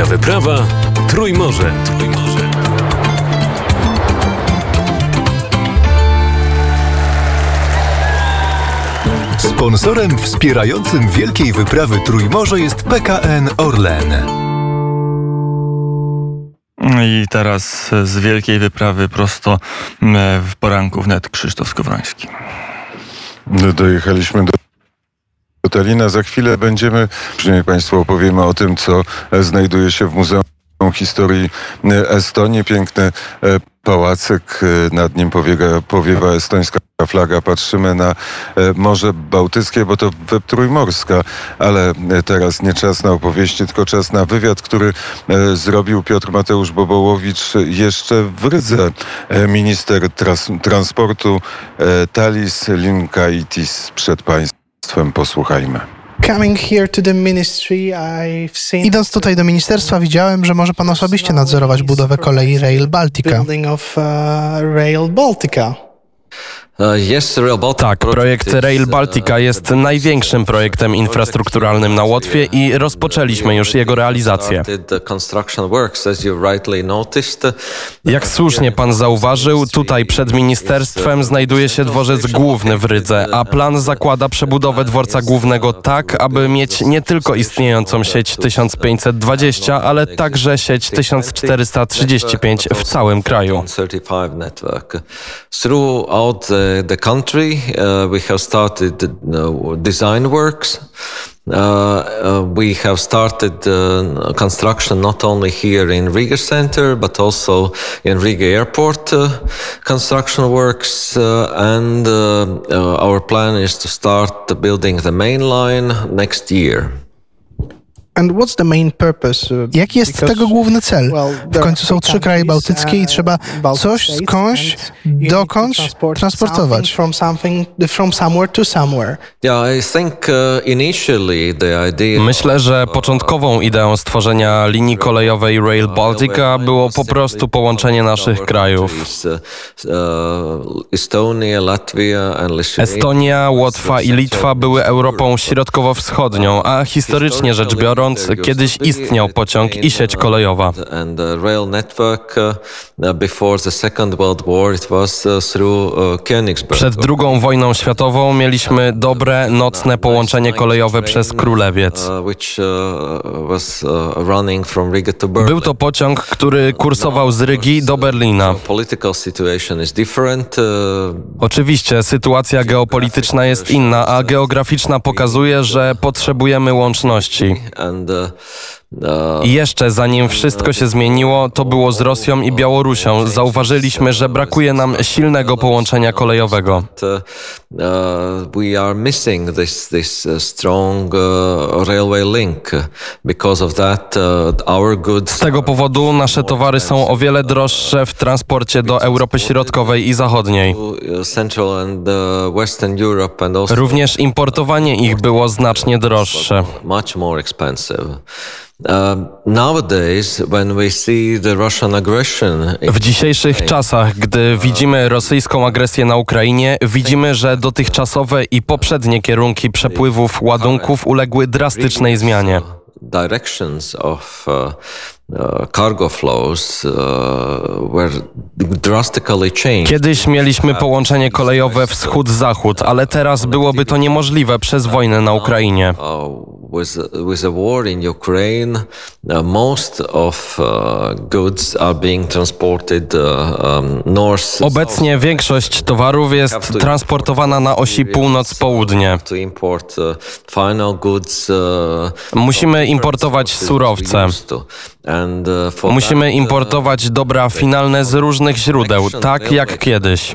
Wielka wyprawa Trójmorze. Sponsorem wspierającym Wielkiej Wyprawy Trójmorze jest PKN Orlen. I teraz z Wielkiej Wyprawy prosto w poranku wnet Krzysztof Skowroński. Dojechaliśmy do Talina. Za chwilę później Państwu opowiemy o tym, co znajduje się w Muzeum Historii Estonii. Piękny pałacyk, nad nim powiewa estońska flaga. Patrzymy na Morze Bałtyckie, bo to web trójmorska, ale teraz nie czas na opowieści, tylko czas na wywiad, który zrobił Piotr Mateusz Bobołowicz jeszcze w Rydze. Minister transportu Talis Linkaitis przed Państwem. Posłuchajmy. Idąc tutaj do ministerstwa, widziałem, że może pan osobiście nadzorować budowę kolei Rail Baltica. Tak, projekt Rail Baltica jest największym projektem infrastrukturalnym na Łotwie i rozpoczęliśmy już jego realizację. Jak słusznie pan zauważył, tutaj przed ministerstwem znajduje się dworzec główny w Rydze, a plan zakłada przebudowę dworca głównego tak, aby mieć nie tylko istniejącą sieć 1520, ale także sieć 1435 w całym kraju. The country, we have started design works. We have started construction not only here in Riga Center, but also in Riga Airport construction works. And our plan is to start building the main line next year. Jaki jest tego główny cel? W końcu są 3 kraje bałtyckie i trzeba coś skądś, dokądś transportować. Myślę, że początkową ideą stworzenia linii kolejowej Rail Baltica było po prostu połączenie naszych krajów. Estonia, Łotwa i Litwa były Europą środkowo-wschodnią, a historycznie rzecz biorąc, kiedyś istniał pociąg i sieć kolejowa. Przed II wojną światową mieliśmy dobre, nocne połączenie kolejowe przez Królewiec. Był to pociąg, który kursował z Rygi do Berlina. Oczywiście sytuacja geopolityczna jest inna, a geograficzna pokazuje, że potrzebujemy łączności. I jeszcze zanim wszystko się zmieniło, to było z Rosją i Białorusią. Zauważyliśmy, że brakuje nam silnego połączenia kolejowego. Z tego powodu nasze towary są o wiele droższe w transporcie do Europy Środkowej i Zachodniej. Również importowanie ich było znacznie droższe. W dzisiejszych czasach, gdy widzimy rosyjską agresję na Ukrainie, widzimy, że dotychczasowe i poprzednie kierunki przepływów ładunków uległy drastycznej zmianie. Kiedyś mieliśmy połączenie kolejowe wschód-zachód, ale teraz byłoby to niemożliwe przez wojnę na Ukrainie. With the war in Ukraine, most of goods are being transported north. Obecnie większość towarów jest transportowana na osi północ-południe. Musimy importować surowce. Musimy importować dobra finalne z różnych źródeł, tak jak kiedyś.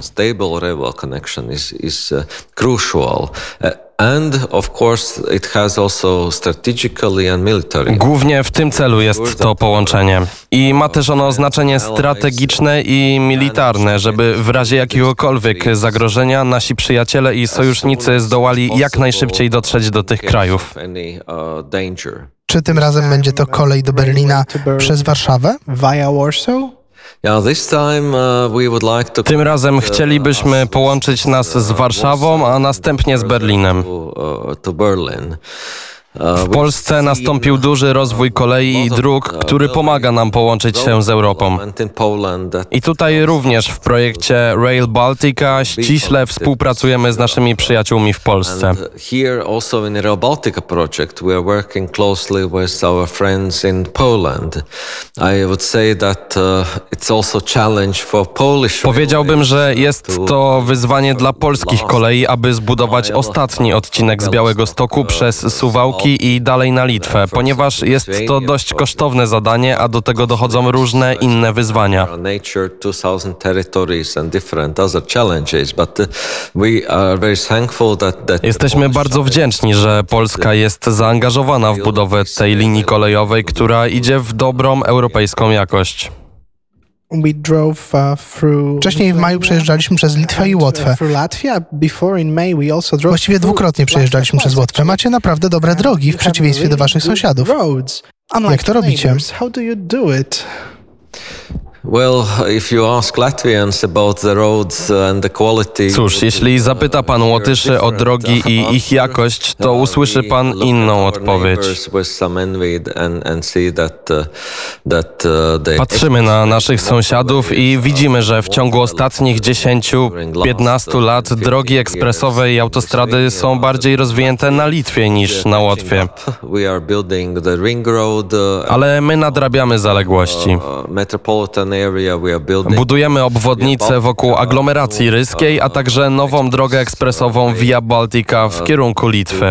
Głównie w tym celu jest to połączenie. I ma też ono znaczenie strategiczne i militarne, żeby w razie jakiegokolwiek zagrożenia nasi przyjaciele i sojusznicy zdołali jak najszybciej dotrzeć do tych krajów. Czy tym razem będzie to kolej do Berlina przez Warszawę? Tym razem chcielibyśmy połączyć nas z Warszawą, a następnie z Berlinem. W Polsce nastąpił duży rozwój kolei i dróg, który pomaga nam połączyć się z Europą. I tutaj również w projekcie Rail Baltica ściśle współpracujemy z naszymi przyjaciółmi w Polsce. Here also in the Rail Baltica project we are working closely with our friends in Poland. I would say that it's also challenge for Polish. Powiedziałbym, że jest to wyzwanie dla polskich kolei, aby zbudować ostatni odcinek z Białegostoku przez Suwałki i dalej na Litwę, ponieważ jest to dość kosztowne zadanie, a do tego dochodzą różne inne wyzwania. Jesteśmy bardzo wdzięczni, że Polska jest zaangażowana w budowę tej linii kolejowej, która idzie w dobrą europejską jakość. Wcześniej w maju przejeżdżaliśmy przez Litwę i Łotwę. Właściwie dwukrotnie przejeżdżaliśmy przez Łotwę. Macie naprawdę dobre drogi w przeciwieństwie do waszych sąsiadów. Jak to robicie? Cóż, jeśli zapyta pan Łotyszy o drogi i ich jakość, to usłyszy pan inną odpowiedź. Patrzymy na naszych sąsiadów i widzimy, że w ciągu ostatnich 10-15 lat drogi ekspresowe i autostrady są bardziej rozwinięte na Litwie niż na Łotwie. Ale my nadrabiamy zaległości. Budujemy obwodnicę wokół aglomeracji ryskiej, a także nową drogę ekspresową Via Baltica w kierunku Litwy.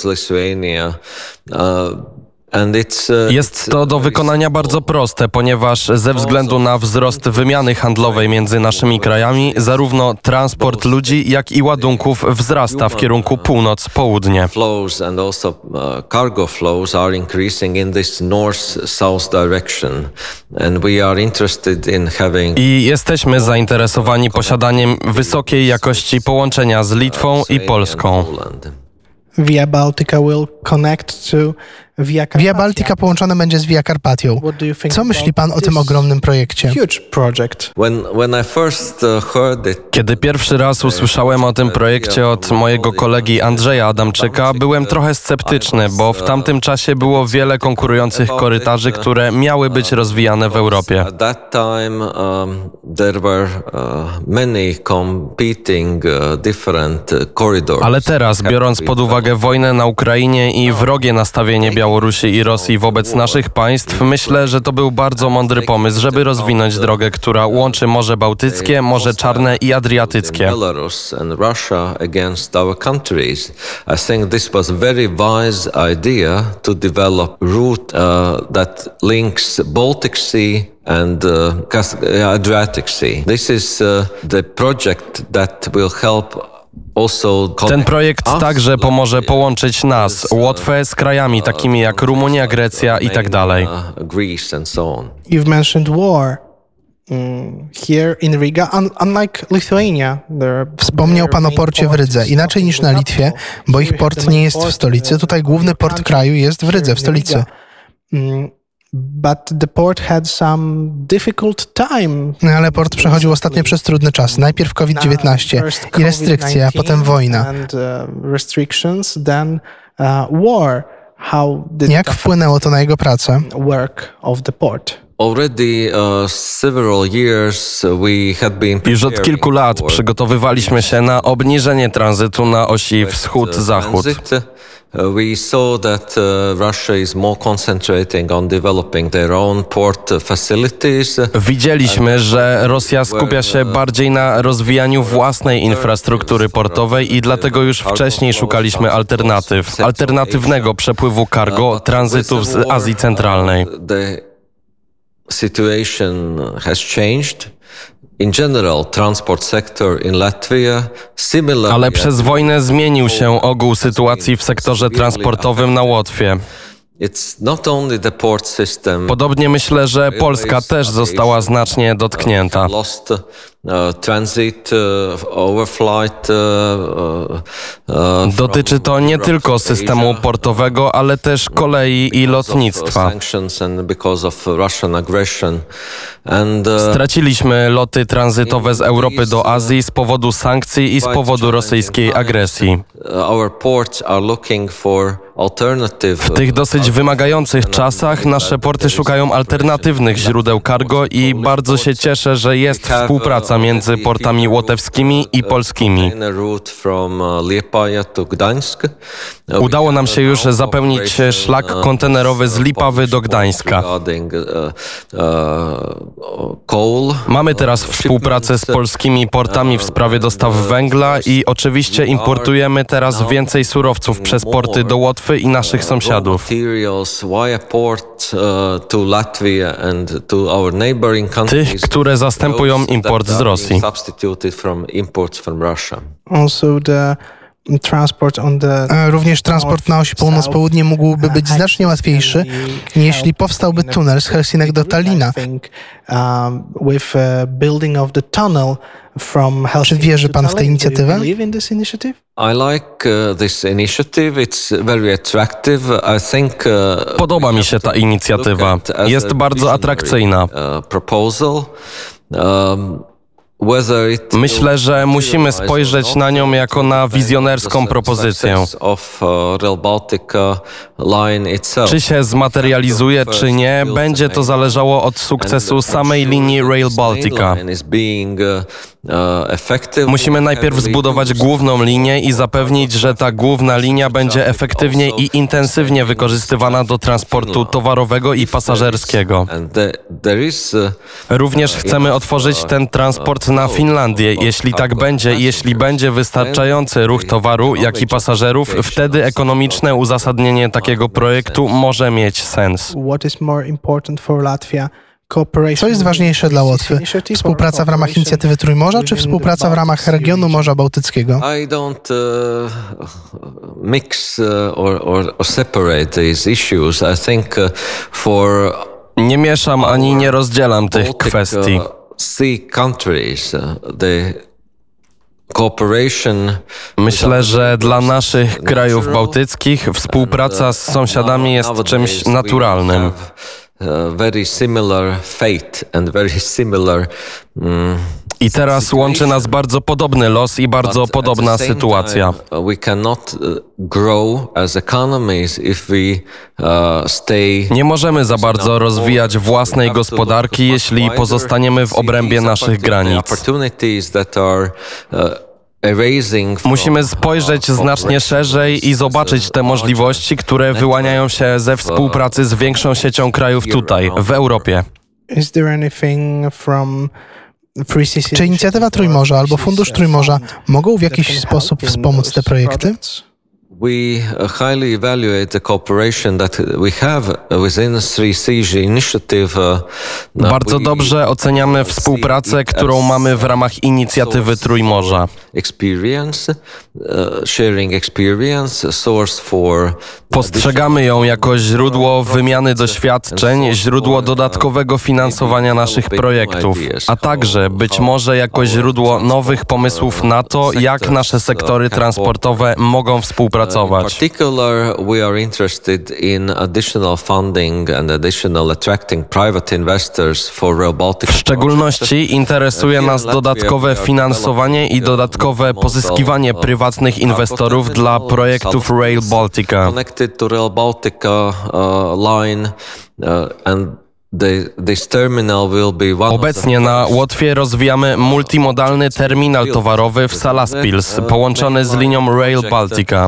Jest to do wykonania bardzo proste, ponieważ ze względu na wzrost wymiany handlowej między naszymi krajami, zarówno transport ludzi, jak i ładunków wzrasta w kierunku północ-południe. I jesteśmy zainteresowani posiadaniem wysokiej jakości połączenia z Litwą i Polską. Via Baltica połączone będzie z Via Carpatią. Co myśli pan o tym ogromnym projekcie? Kiedy pierwszy raz usłyszałem o tym projekcie od mojego kolegi Andrzeja Adamczyka, byłem trochę sceptyczny, bo w tamtym czasie było wiele konkurujących korytarzy, które miały być rozwijane w Europie. Ale teraz, biorąc pod uwagę wojnę na Ukrainie i wrogie nastawienie Białorusi i Rosji wobec naszych państw, myślę, że to był bardzo mądry pomysł, żeby rozwinąć drogę, która łączy Morze Bałtyckie, Morze Czarne i Adriatyckie. And Adriatic Sea. This is the project that will help. Ten projekt także pomoże połączyć nas, Łotwę, z krajami takimi jak Rumunia, Grecja i tak dalej. You've mentioned war. Here in Riga, unlike Lithuania, wspomniał pan o porcie w Rydze. Inaczej niż na Litwie, bo ich port nie jest w stolicy. Tutaj główny port kraju jest w Rydze, w stolicy. Ale port przechodził ostatnio przez trudny czas. Najpierw COVID-19 i restrykcje, a potem wojna. Jak wpłynęło to na jego pracę? Już od kilku lat przygotowywaliśmy się na obniżenie tranzytu na osi wschód-zachód. We saw that Russia is more concentrating on developing their own port facilities. Widzieliśmy, że Rosja skupia się bardziej na rozwijaniu własnej infrastruktury portowej i dlatego już wcześniej szukaliśmy alternatywnego przepływu cargo, tranzytów z Azji Centralnej. The situation has changed. Ale przez wojnę zmienił się ogół sytuacji w sektorze transportowym na Łotwie. Podobnie myślę, że Polska też została znacznie dotknięta. transit, overflight. Dotyczy to nie tylko systemu portowego, ale też kolei i lotnictwa. Straciliśmy loty tranzytowe z Europy do Azji z powodu sankcji i z powodu rosyjskiej agresji. W tych dosyć wymagających czasach nasze porty szukają alternatywnych źródeł cargo i bardzo się cieszę, że jest współpraca między portami łotewskimi i polskimi. Udało nam się już zapełnić szlak kontenerowy z Lipawy do Gdańska. Mamy teraz współpracę z polskimi portami w sprawie dostaw węgla i oczywiście importujemy teraz więcej surowców przez porty do Łotwy i naszych sąsiadów. Tych, które zastępują import z Rosji. Również transport na osi północ-południe mógłby być znacznie łatwiejszy, jeśli powstałby tunel z Helsinek do Tallina. Czy wierzy pan w tę inicjatywę? Podoba mi się ta inicjatywa. Jest bardzo atrakcyjna. Myślę, że musimy spojrzeć na nią jako na wizjonerską propozycję. Czy się zmaterializuje, czy nie, będzie to zależało od sukcesu samej linii Rail Baltica. Musimy najpierw zbudować główną linię i zapewnić, że ta główna linia będzie efektywnie i intensywnie wykorzystywana do transportu towarowego i pasażerskiego. Również chcemy otworzyć ten transport na Finlandię. Jeśli tak będzie i jeśli będzie wystarczający ruch towaru, jak i pasażerów, wtedy ekonomiczne uzasadnienie takiego projektu może mieć sens. Co jest ważniejsze dla Łotwy? Współpraca w ramach inicjatywy Trójmorza, czy współpraca w ramach regionu Morza Bałtyckiego? Nie mieszam ani nie rozdzielam tych kwestii. Myślę, że dla naszych krajów bałtyckich współpraca z sąsiadami jest czymś naturalnym. I teraz łączy nas bardzo podobny los i bardzo podobna sytuacja. Nie możemy za bardzo rozwijać własnej gospodarki, jeśli pozostaniemy w obrębie naszych granic. Musimy spojrzeć znacznie szerzej i zobaczyć te możliwości, które wyłaniają się ze współpracy z większą siecią krajów tutaj, w Europie. Czy inicjatywa Trójmorza albo Fundusz Trójmorza mogą w jakiś sposób wspomóc te projekty? Bardzo dobrze oceniamy współpracę, którą mamy w ramach inicjatywy Trójmorza. Postrzegamy ją jako źródło wymiany doświadczeń, źródło dodatkowego finansowania naszych projektów, a także być może jako źródło nowych pomysłów na to, jak nasze sektory transportowe mogą współpracować. W szczególności interesuje nas dodatkowe finansowanie i dodatkowe pozyskiwanie prywatnych inwestorów dla projektów Rail Baltica. Obecnie na Łotwie rozwijamy multimodalny terminal towarowy w Salaspils, połączony z linią Rail Baltica.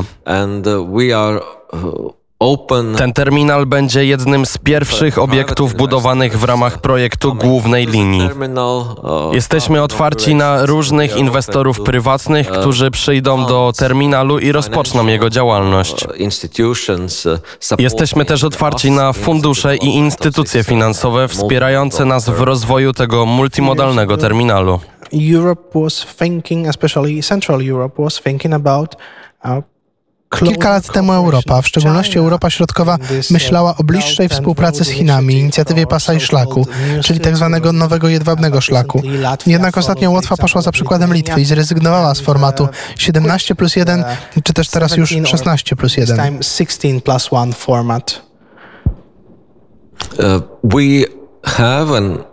Ten terminal będzie jednym z pierwszych obiektów budowanych w ramach projektu głównej linii. Jesteśmy otwarci na różnych inwestorów prywatnych, którzy przyjdą do terminalu i rozpoczną jego działalność. Jesteśmy też otwarci na fundusze i instytucje finansowe wspierające nas w rozwoju tego multimodalnego terminalu. Europe was thinking, especially Central Europe, was thinking about Kilka lat temu Europa, w szczególności Europa Środkowa, myślała o bliższej współpracy z Chinami, inicjatywie Pasa i Szlaku, czyli tak zwanego nowego jedwabnego szlaku. Jednak ostatnio Łotwa poszła za przykładem Litwy i zrezygnowała z formatu 17+1, czy też teraz już 16+1. We have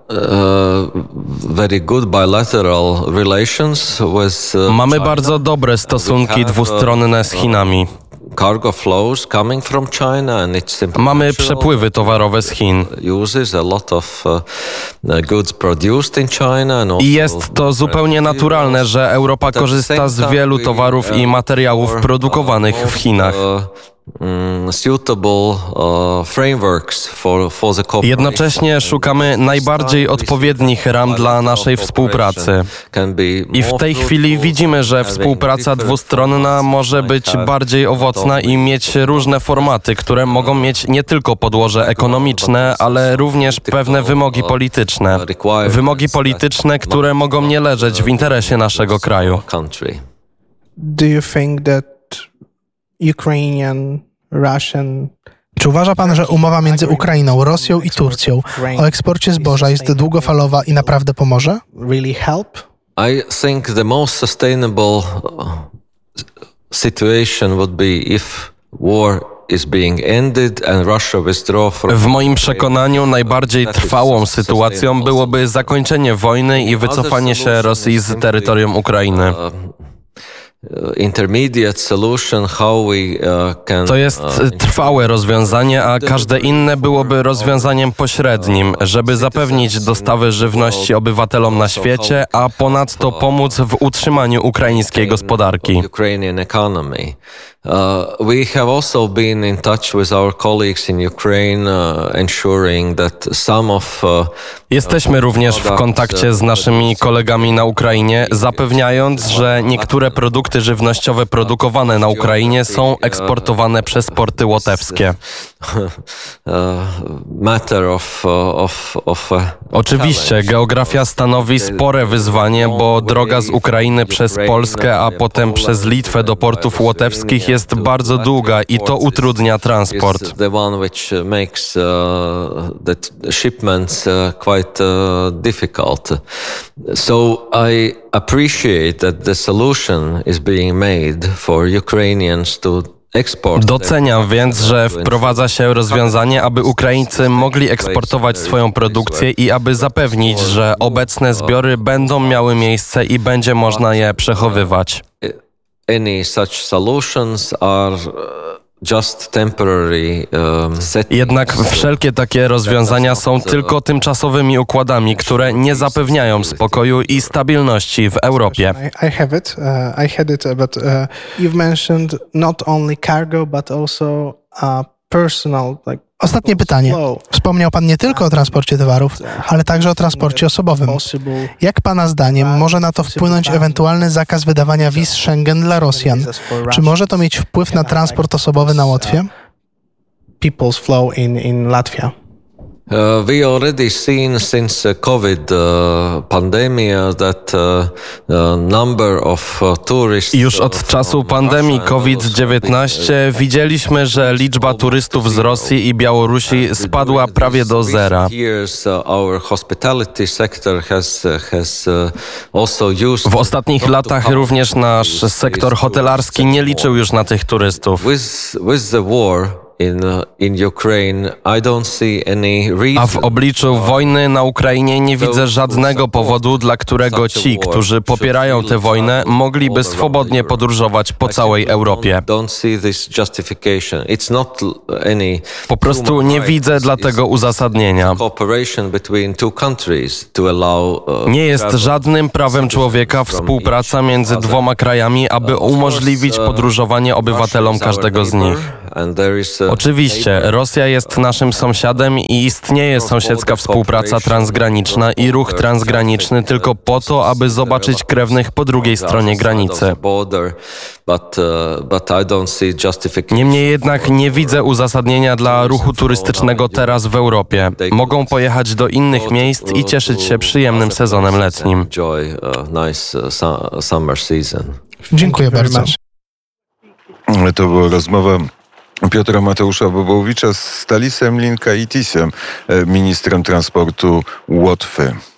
very good bilateral relations with Mamy bardzo dobre stosunki dwustronne z Chinami. Cargo flows coming from China and it's Mamy przepływy towarowe z Chin. Uses a lot of goods produced in China and also I jest to zupełnie naturalne, że Europa korzysta z wielu towarów i materiałów produkowanych w Chinach. Suitable frameworks for the cooperation. Jednocześnie szukamy najbardziej odpowiednich ram dla naszej współpracy. I w tej chwili widzimy, że współpraca dwustronna może być bardziej owocna i mieć różne formaty, które mogą mieć nie tylko podłoże ekonomiczne, ale również pewne wymogi polityczne. Wymogi polityczne, które mogą nie leżeć w interesie naszego kraju. Do you think that Ukrainian, Russian... Czy uważa pan, że umowa między Ukrainą, Rosją i Turcją o eksporcie zboża jest długofalowa i naprawdę pomoże? I think the most sustainable situation would be if war is being ended and Russia withdraw from... W moim przekonaniu najbardziej trwałą sytuacją byłoby zakończenie wojny i wycofanie się Rosji z terytorium Ukrainy. To jest trwałe rozwiązanie, a każde inne byłoby rozwiązaniem pośrednim, żeby zapewnić dostawy żywności obywatelom na świecie, a ponadto pomóc w utrzymaniu ukraińskiej gospodarki. We have also been in touch with our colleagues in Ukraine, ensuring that some of Jesteśmy również w kontakcie z naszymi kolegami na Ukrainie, zapewniając, że niektóre produkty żywnościowe produkowane na Ukrainie są eksportowane przez porty łotewskie. Oczywiście geografia stanowi spore wyzwanie, bo droga z Ukrainy przez Polskę, a potem przez Litwę do portów łotewskich jest bardzo długa i to utrudnia transport. Difficult. So I appreciate that the solution is being made for Ukrainians to export. Doceniam więc, że wprowadza się rozwiązanie, aby Ukraińcy mogli eksportować swoją produkcję i aby zapewnić, że obecne zbiory będą miały miejsce i będzie można je przechowywać. Any such solutions are just temporary, Jednak wszelkie takie rozwiązania są tylko tymczasowymi układami, które nie zapewniają spokoju i stabilności w Europie. I had it, but you've mentioned not only cargo, but also personal, like. Ostatnie pytanie. Wspomniał pan nie tylko o transporcie towarów, ale także o transporcie osobowym. Jak pana zdaniem może na to wpłynąć ewentualny zakaz wydawania wiz Schengen dla Rosjan? Czy może to mieć wpływ na transport osobowy na Łotwie? People's flow in Latvia. We already seen since COVID pandemia that number of tourists. Już od czasu pandemii COVID-19 widzieliśmy, że liczba turystów z Rosji i Białorusi spadła prawie do zera. W ostatnich latach również nasz sektor hotelarski nie liczył już na tych turystów. A w obliczu wojny na Ukrainie nie widzę żadnego powodu, dla którego ci, którzy popierają tę wojnę, mogliby swobodnie podróżować po całej Europie. Po prostu nie widzę dla tego uzasadnienia. Nie jest żadnym prawem człowieka współpraca między dwoma krajami, aby umożliwić podróżowanie obywatelom każdego z nich. Oczywiście, Rosja jest naszym sąsiadem i istnieje sąsiedzka współpraca transgraniczna i ruch transgraniczny tylko po to, aby zobaczyć krewnych po drugiej stronie granicy. Niemniej jednak nie widzę uzasadnienia dla ruchu turystycznego teraz w Europie. Mogą pojechać do innych miejsc i cieszyć się przyjemnym sezonem letnim. Dziękuję bardzo. To była rozmowa Piotra Mateusza Bobołowicza z Talisem Linkaitisem, ministrem transportu Łotwy.